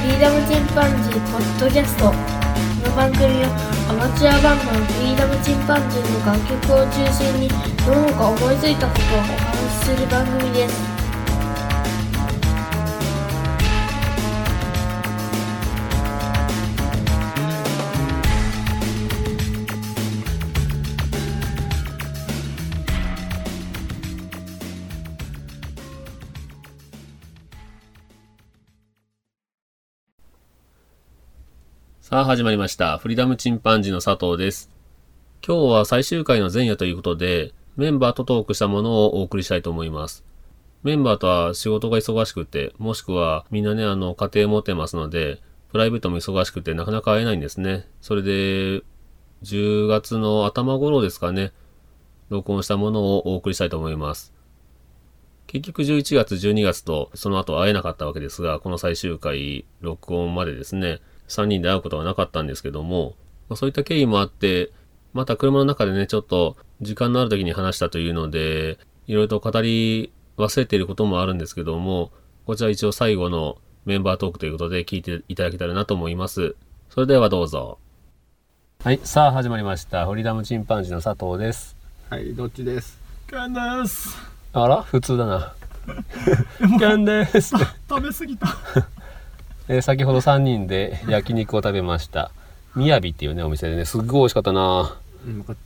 フリーダムチンパンジーポッドキャスト。この番組はアマチュアバンドのフリーダムチンパンジーの楽曲を中心にどうか思いついたことをお話しする番組です。 さあ始まりました。フリーダムチンパンジーの佐藤です。今日は最終回の前夜ということで、メンバーとトークしたものをお送りしたいと思います。メンバーとは仕事が忙しくて、もしくはみんなね、家庭持ってますので、プライベートも忙しくてなかなか会えないんですね。それで、10月の頭頃ですかね、録音したものをお送りしたいと思います。結局11月、12月とその後会えなかったわけですが、この最終回、録音までですね、3人で会うことはなかったんですけども、そういった経緯もあって、また車の中でね、ちょっと時間のある時に話したというので、いろいろと語り忘れていることもあるんですけども、こちら一応最後のメンバートークということで聞いていただけたらなと思います。それではどうぞ。はい、さあ始まりました。フリーダムチンパンジーの佐藤です。 はい、どっちです。 キャンです。 あら普通だな。キャンです。 食べ過ぎた。 先ほど3人で焼肉を食べました。みやびっていうねお店でね、すっごい美味しかったな。 うまかった。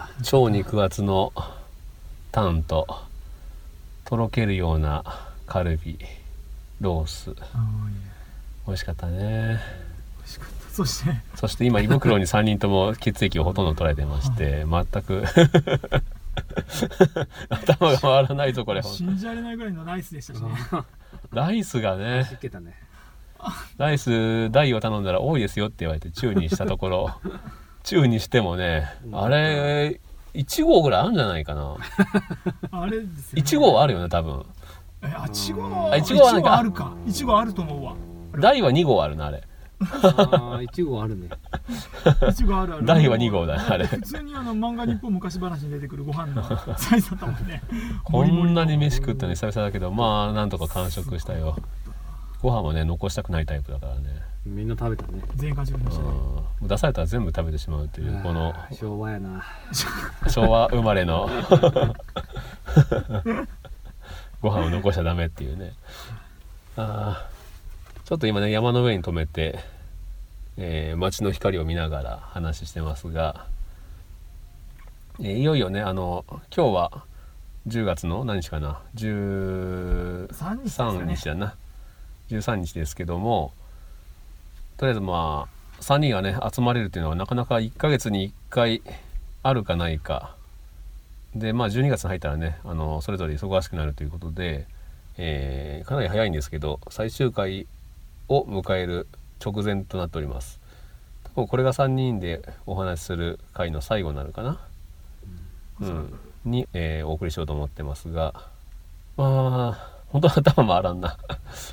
超肉厚のタンととろけるようなカルビ、ロース、美味しかったね。 美味しかった。そして今胃袋に3人とも血液をほとんど取られてまして全く頭が回らないぞこれ。 信じられないぐらいのライスでしたしね。 ライスがね、ライス大を頼んだら多いですよって言われて中にしたところ中にしてもね、あれ1合ぐらいあるんじゃないかな。 あれですよね。 1合あるよね多分。 1合はあるか。1合あると思うわ。 大は2合あるなあれ。 1号あるね。 1号あるある。 大は2号だねあれ。 普通に漫画日本昔話に出てくるご飯のサイズだったもんね。 こんなに飯食ったの久々だけど、まあなんとか完食したよ。ご飯もね残したくないタイプだからね。 みんな食べたね。 全員完食でしたね。 出されたら全部食べてしまうというこの昭和やな。 昭和生まれのご飯を残しちゃダメっていうね。ちょっと今ね山の上に止めて、街の光を見ながら話してますが、いよいよね今日は10月の何日かな、13日だな、13日ですけども、とりあえずまあ3人がね集まれるっていうのはなかなか1ヶ月に1回あるかないかで、まあ12月に入ったらねそれぞれ忙しくなるということで、かなり早いんですけど最終回を迎える直前となっております。多分これが3人でお話しする回の最後になるかな、に、お送りしようと思ってますが、まあ本当は頭回らんな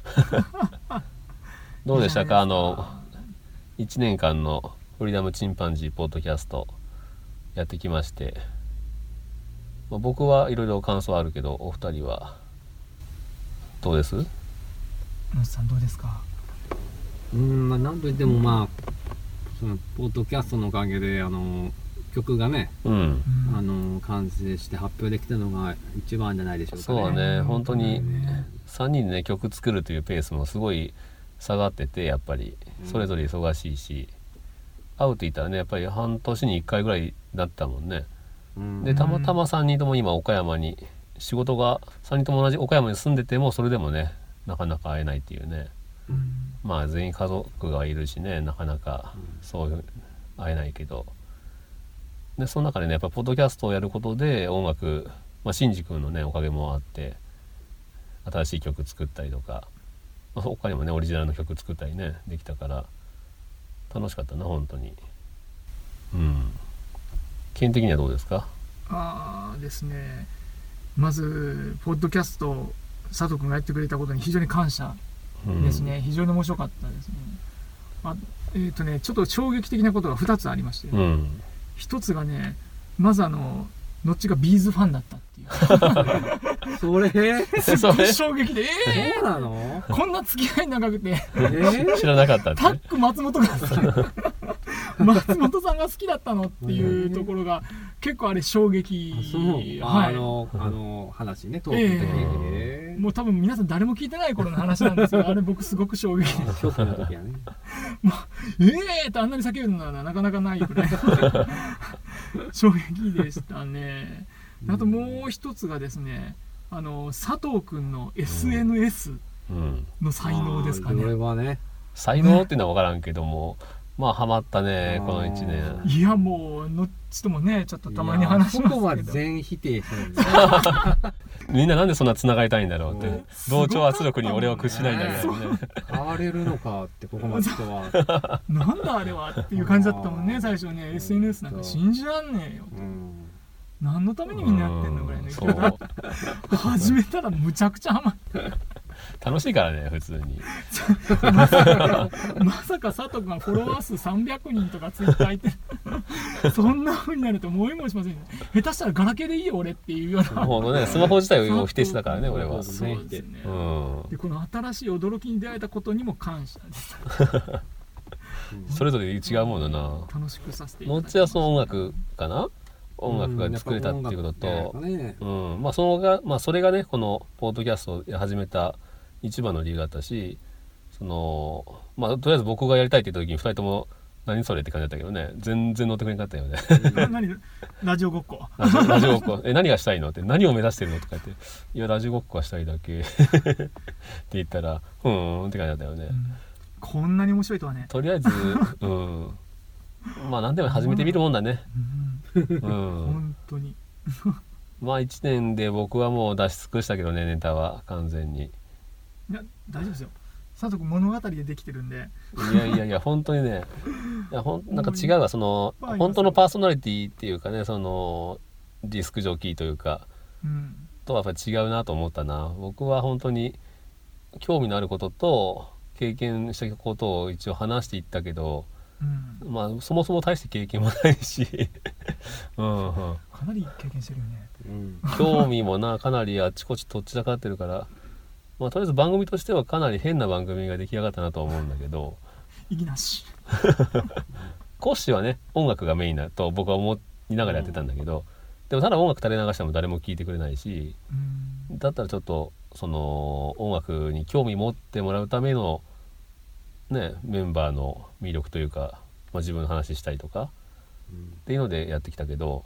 どうでしたか1年間のフリーダムチンパンジーポッドキャストやってきまして、僕はいろいろ感想あるけどお二人はどうです？ 野内さんどうですか？ なんといってもそのポッドキャストのおかげで曲がね、完成して発表できたのが一番じゃないでしょうかね。 そうね、本当に3人でね曲作るというペースもすごい下がってて、やっぱりそれぞれ忙しいし、会うと言ったらねやっぱり半年に1回ぐらいだったもんね。でたまたま3人とも今岡山に仕事が3人とも同じ岡山に住んでてもそれでもねなかなか会えないっていうね、まあ全員家族がいるしねなかなかそういう会えないけど、でその中でねやっぱポッドキャストをやることで音楽、シンジ君のねおかげもあって新しい曲作ったりとか、他にもねオリジナルの曲作ったりねできたから楽しかったな本当に。基本的にはどうですか？ ですね、まずポッドキャスト佐藤君がやってくれたことに非常に感謝ですね。非常に面白かったですね。ちょっと衝撃的なことが2つありまして、1つがね、まずのっちがビーズファンだったっていうそれすっごい衝撃でそうなの？ こんな付き合い長くて知らなかったってタック松本が好き松本さんが好きだったのっていうところが結構あれ衝撃。 あの話ね、トークの時に、 もう多分皆さん誰も聞いてない頃の話なんですけどあれ僕すごく衝撃で初期の時はねもうってあんなに叫ぶのはなかなかないくらい衝撃でしたね。あともう一つがですね、佐藤くんの SNS の才能ですかね。 これはね、 才能っていうのは分からんけども、まあハマったねこの1年。 いやもうのっちともねちょっとたまに話しますけど、 そこは全否定してるんですみんななんでそんな繋がりたいんだろうって同調圧力に俺は屈しないんだけどね。 変われるのかってここまで人はなんだあれはっていう感じだったもんね最初ね。 SNS なんか信じらんねえよ、何のためにみんなやってんのぐらいの勢いだ始めたらむちゃくちゃハマって楽しいからね普通にまさか佐藤君がフォロワー数300人とかツイッターいてそんな風になると思いもしませんね。下手したらガラケーでいいよ俺っていうようなもうねスマホ自体を否定してたからね俺は。 そうですね、でこの新しい驚きに出会えたことにも感謝ですそれぞれ違うものだな。 楽しくさせていただきました。 のっちはその音楽かな、音楽が作れたっていうことと、まあそれがねこのポッドキャストを始めた一番の理由だったし、まあとりあえず僕がやりたいって言った時に2人とも何それって感じだったけどね、全然乗ってくれなかったよね何ラジオごっこラジオごっこ何がしたいのって何を目指してるのとか言って、いやラジオごっこはしたいだけって言ったらって感じだったよね、 こんなに面白いとはね。 とりあえずまあ何でも始めてみるもんだね。 本当にまあ1年で僕はもう出し尽くしたけどね、ネタは完全に。 いや大丈夫ですよ、佐藤君物語でできてるんで。 いや本当にね、なんか違うわ、本当のパーソナリティっていうかね、ディスクジョッキーというか、とはやっぱり違うなと思ったな。僕は本当に興味のあることと経験したことを一応話していったけど、まあそもそも大して経験もないしかなり経験してるよね、 興味もかなりあちこちとっちらかってるから、まあとりあえず番組としてはかなり変な番組が出来上がったなと思うんだけど、 意義なしコッシーはね音楽がメインだと僕は思いながらやってたんだけど、でもただ音楽垂れ流しても誰も聴いてくれないし、だったらちょっと音楽に興味持ってもらうためのねメンバーの魅力というか、まあ、自分の話したりとか、っていうのでやってきたけど、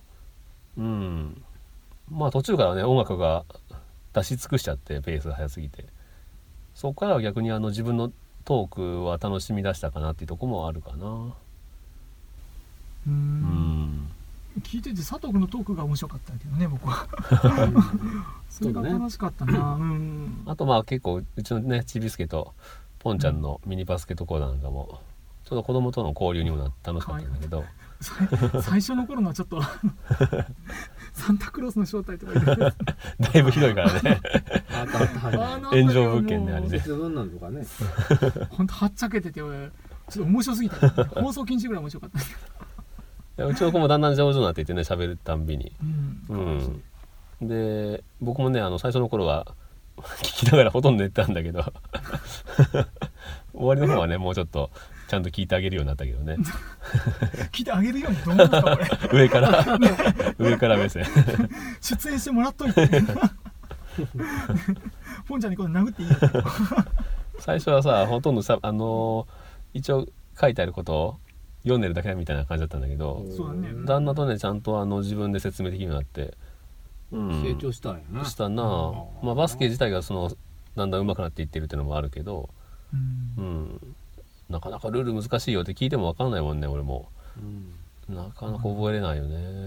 まあ途中からね音楽が出し尽くしちゃってペースが速すぎて、そこからは逆に自分のトークは楽しみ出したかなっていうところもあるかな。 聞いてて佐藤君のトークが面白かったけどね僕はそれが楽しかったな、 あとまあ結構うちのねちびすけとポンちゃんのミニバスケットコーナーなんかもちょっと子供との交流にも楽しかったんだけど、 最初の頃のはちょっとサンタクロースの正体とか言ってだいぶひどいからね炎上物件ねあれね、 ほんとはっちゃけててちょっと面白すぎた、放送禁止ぐらい面白かったですけどうちの子もだんだん上手になっていってね喋るたんびに、で僕もね最初の頃は聞きながらほとんど寝てたんだけど終わりの方はねもうちょっとちゃんと聞いてあげるようになったけどね聞いてあげるようにどう思うんですかこれ上から上から目線出演してもらっといてポンちゃんにこれ殴っていいよ最初はさほとんどさ一応書いてあることを読んでるだけみたいな感じだったんだけど、だんだんとねちゃんと自分で説明できるようになって、 成長したんやな。 したな。まあバスケ自体がだんだん上手くなっていってるっていうのもあるけど、なかなかルール難しいよって聞いても分かんないもんね俺も、なかなか覚えれないよね。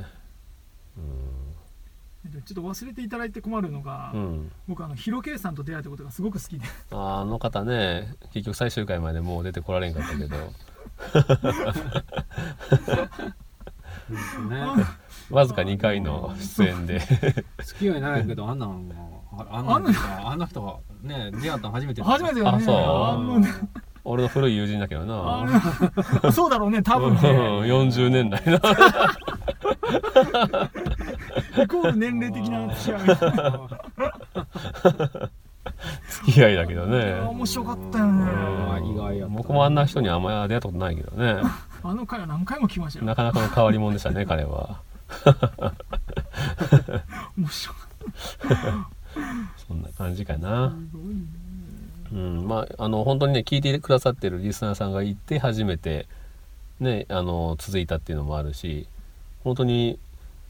ちょっと忘れていただいて困るのが、僕ヒロケイさんと出会えたことがすごく好きで、 あの方ね結局最終回までもう出てこられんかったけどわずか2回の出演で付き合いないけどあの人がね出会ったの初めてだよね。 あそう俺の古い友人だけどなそうだろうね多分ね 40年代のイコール年齢的な違い付き合いだけどね。 面白かったよね。 意外やった。 僕もあんな人にあんまり出会ったことないけどね。 あの回は何回も聞きましたよ。 なかなかの変わり者でしたね彼は。 面白かったそんな感じかな。 すごいね。 まあ本当にね聞いてくださってるリスナーさんがいて初めてね続いたっていうのもあるし、本当に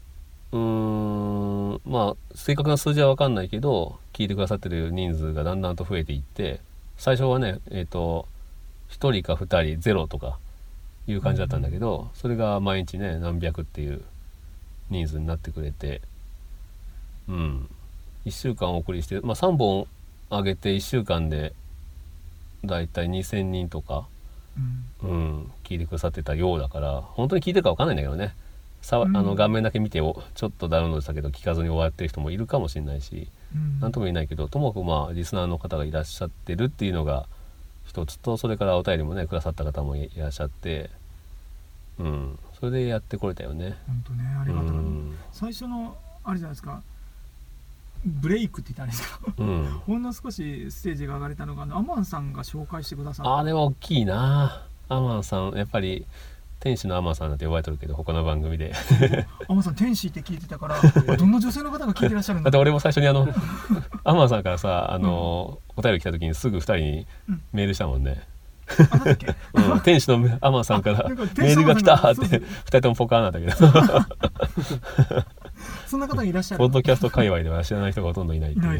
まあ正確な数字は分かんないけど聞いてくださってる人数がだんだんと増えていって、最初はね1人か2人ゼロとかいう感じだったんだけど、それが毎日ね何百っていう人数になってくれて、1週間お送りして、3本上げて1週間でだいたい2000人とか、聞いてくださってたようだから、本当に聞いてるか分かんないんだけどね。画面だけ見てちょっとダウンロードしたけど聞かずに終わってる人もいるかもしれないし、なんとも言えないけど、ともかくリスナーの方がいらっしゃってるっていうのが一つと、それからお便りもねくださった方もいらっしゃって、それでやってこれたよね。 本当ね、ありがたい。最初のあれじゃないですか、ブレイクって言ったんですか、ほんの少しステージが上がれたのがアマンさんが紹介してくださった。 あれは大きいな。アマンさんやっぱり天使のアマンさんなんて呼ばれてるけど他の番組でアマンさん天使って聞いてたからどんな女性の方が聞いてらっしゃるんだ。 だって俺も最初にアマンさんからさお便り来た時にすぐ2人にメールしたもんね。 なんだっけ天使のアマンさんからメールが来たって2人ともポカーンなんだけどそんな方がいらっしゃる。 ポッドキャスト界隈では知らない人がほとんどいないっていう。 ら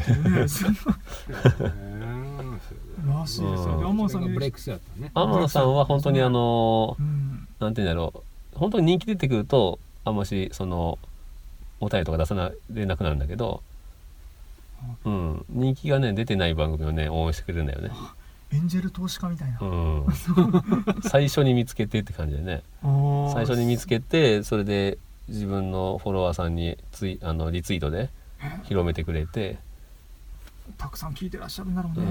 しいですよね。アマンさんブレイクスやったね。 アマンさんは本当になんていうんだろう、本当に人気出てくるとあんましお便りとか出されなくなるんだけど、人気がね出てない番組をね応援してくれるんだよね。 エンジェル投資家みたいな。 最初に見つけてって感じでね。最初に見つけて、それで自分のフォロワーさんにリツイートで広めてくれて、 たくさん聞いてらっしゃるんだろうね。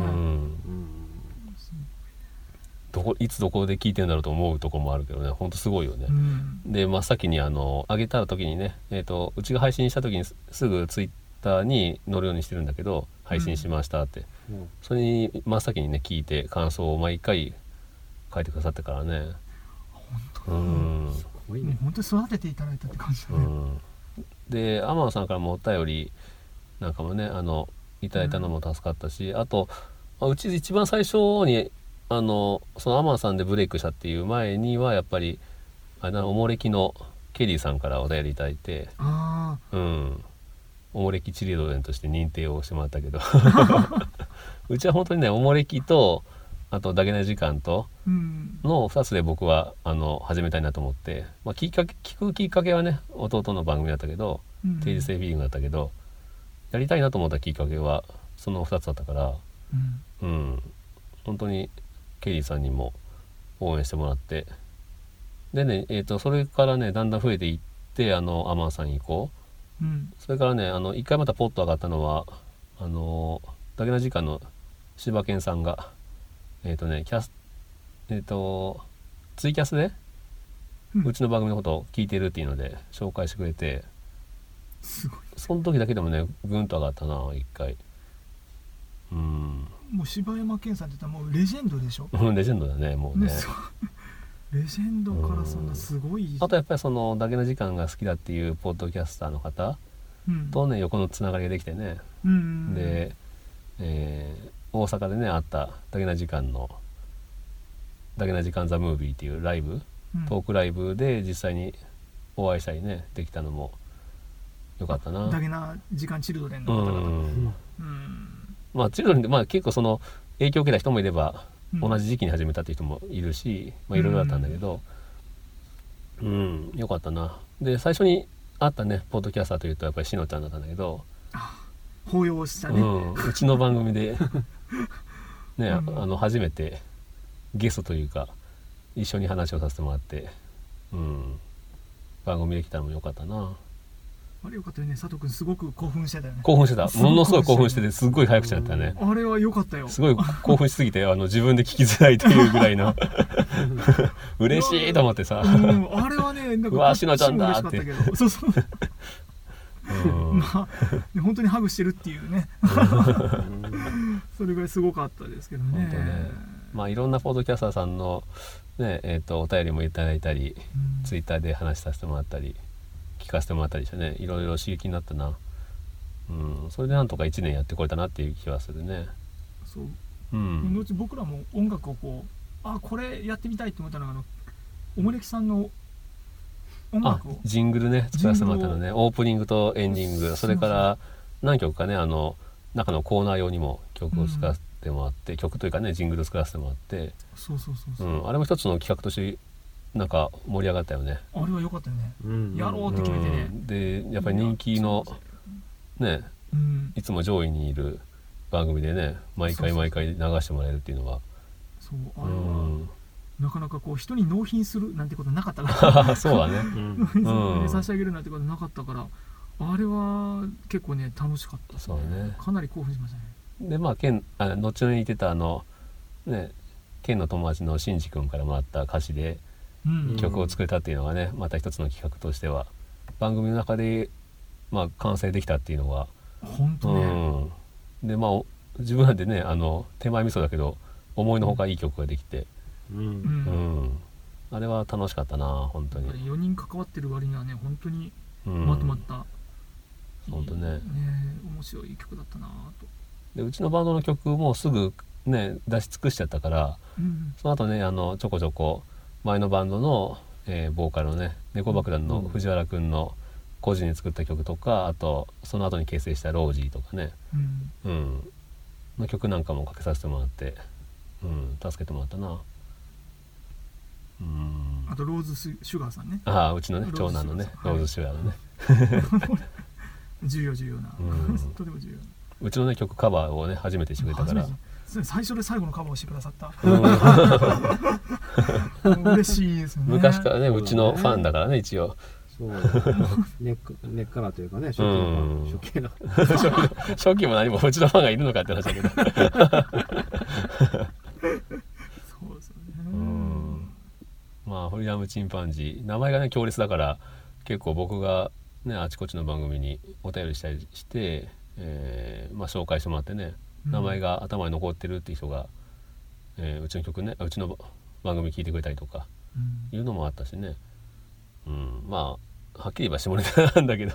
いつどこで聞いてるんだろうと思うとこもあるけどね、ほんとすごいよね。で真っ先に上げた時にね、うちが配信した時にすぐツイッターに載るようにしてるんだけど、配信しましたって、それに真っ先にね聞いて感想を毎回書いてくださってからね。 本当に本当に育てていただいたって感じだね。 で天野さんからもお便りなんかもねいただいたのも助かったし、あとうち一番最初にその天野さんでブレイクしたっていう前にはやっぱりおもれきのケリーさんからお便りいただいて、おもれきチルドレンとして認定をしてもらったけどうちは本当にねおもれきとあとだけな時間との2つで僕は始めたいなと思って、聞くきっかけはね弟の番組だったけど、定時制フィーリングだったけど、やりたいなと思ったきっかけはその2つだったから、本当にケリーさんにも応援してもらって、でねそれからねだんだん増えていってアマンさん以降、それからね一回またポッと上がったのはだけな時間の柴犬さんがツイキャスでうちの番組のことを聞いてるっていうので紹介してくれて、 すごい。 その時だけでもねぐんと上がったな一回。 もう柴山健さんって言ったらもうレジェンドでしょ。 レジェンドだねもうね。 レジェンドからそんなすごい。 あとやっぱりそのだけな時間が好きだっていうポッドキャスターの方とね横のつながりができてね、で、大阪でねあっただけな時間のだけな時間ザムービーっていうライブ、トークライブで実際にお会いしたりねできたのもよかったな。 だけな時間チルドレンの方々。 チルドレンって結構その影響を受けた人もいれば、同じ時期に始めたっていう人もいるし、いろいろだったんだけど、よかったな。で最初に会ったねポッドキャスターというとやっぱりしのちゃんだったんだけど、 抱擁したね、 うちの番組でね、初めてゲストというか一緒に話をさせてもらって、番組できたのもよかったな。 あれよかったよね。佐藤君すごく興奮してたよね。 興奮してた。ものすごい興奮しててすっごい早口だったね。 あれは良かったよ。 すごい興奮しすぎて自分で聞きづらいというぐらいの嬉しいと思ってさ、 あれはねなんかうわしのちゃんだってそうまあ本当にハグしてるっていうねそれぐらいすごかったですけどね。 本当ね、まあいろんなポッドキャスターさんのねお便りもいただいたり、ツイッターで話させてもらったり聞かせてもらったりしてね、いろいろ刺激になったな。それでなんとか1年やってこれたなっていう気はするね。 そう、後僕らも音楽をこうこれやってみたいと思ったのがおもれきさんの音楽をジングルね作らせてもらったのね。オープニングとエンディング、それから何曲かね中のコーナー用にも曲を作らせてもらって、曲というかねジングル作らせてもらって、あれも一つの企画としてなんか盛り上がったよね。 あれは良かったよね、やろうって決めてね、 でやっぱり人気のね、いつも上位にいる番組でね毎回流してもらえるっていうのは、 そうあれはなかなかこう人に納品するなんてことなかったからそうだね、 差し上げるなんてことなかったから、あれは結構ね楽しかったですね。 そうね、 かなり興奮しましたね。 でまあ後に言ってたね県の友達のしんじ君からもらった歌詞で曲を作れたっていうのがね、また一つの企画としては番組の中で完成できたっていうのは本当ね、 でまあ自分なんでね手前味噌だけど思いのほかいい曲ができて、あれは楽しかったな本当に。 4人関わってる割にはね本当にまとまった、 本当ね面白い曲だったなと。 でうちのバンドの曲もすぐね出し尽くしちゃったから、その後ねちょこちょこ前のバンドの、ボーカルのね猫爆弾の藤原くんの個人で作った曲とか、あとその後に結成したロージーとかね、の曲なんかもかけさせてもらって、助けてもらったな。 あとローズシュガーさんね。 うちのね長男のねローズシュガーのね重要なとても重要な。 うちのね曲カバーをね初めてしてくれたから、 最初で最後のカバーをしてくださった。嬉しいですね。 昔からねうちのファンだからね一応。 そう根っからというかね、初期も何もうちのファンがいるのかって話だけどそうですよね。 まあフリーダムチンパンジー名前がね強烈だから結構僕がねあちこちの番組にお便りしたりして、紹介してもらってね、名前が頭に残ってるっていう人が、うちの曲ねうちの番組聞いてくれたりとかいうのもあったしね、はっきり言えば下ネタなんだけど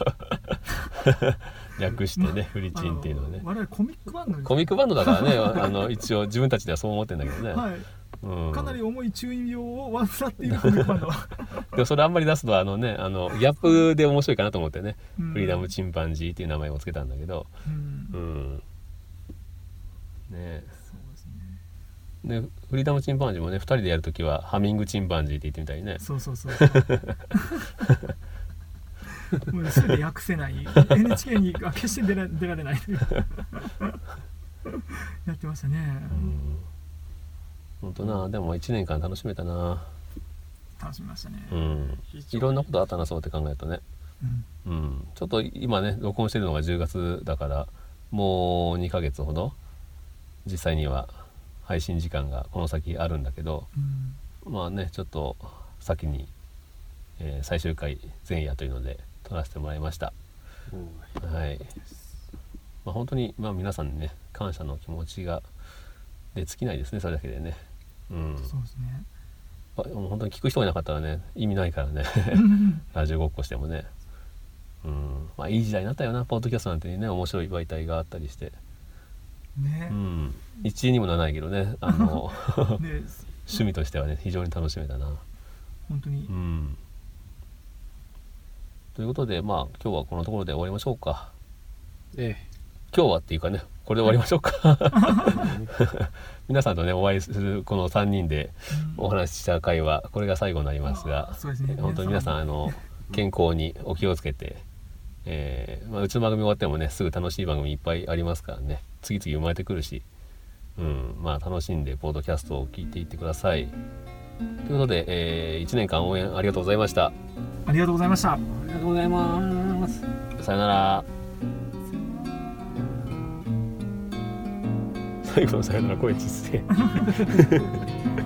略してねフリチンっていうのはね、 我々コミックバンドです。 コミックバンドだからね一応自分たちではそう思ってるんだけどね、 かなり重い注意病を患っているコミックバンドでもそれあんまり出すとギャップで面白いかなと思ってね、フリーダムチンパンジーっていう名前をつけたんだけど、ねでフリーダムチンパンジーもね2人でやるときはハミングチンパンジーって言ってみたりね。 そうもうすぐ訳せない NHK に決して出られないやってましたね。 本当な、でも1年間楽しめたな。 楽しみましたね。 いろんなことあったなそうって考えるとね、ちょっと今ね録音してるのが10月だからもう2ヶ月ほど実際には配信時間がこの先あるんだけど、まあねちょっと先に、最終回前夜というので撮らせてもらいました。はい、本当に皆さんにね感謝の気持ちがで尽きないですね、それだけでね。 そうですね。 本当に聞く人がいなかったらね意味ないからねラジオごっこしてもね、いい時代になったよなポッドキャストなんてね、面白い媒体があったりしてね、 1位にもならないけどね趣味としてはね非常に楽しめたな本当に、 ということで今日はこのところで終わりましょうか。 今日はっていうかねこれで終わりましょうか皆さんとねお会いするこの3人でお話しした会話これが最後になりますが、本当に皆さん健康にお気をつけて、うちの番組終わってもねすぐ楽しい番組いっぱいありますからね、次々生まれてくるし、楽しんでポッドキャストを聞いていってください。ということで、1年間応援ありがとうございました。 ありがとうございました。 ありがとうございます。 さよなら。最後のさよなら声小さい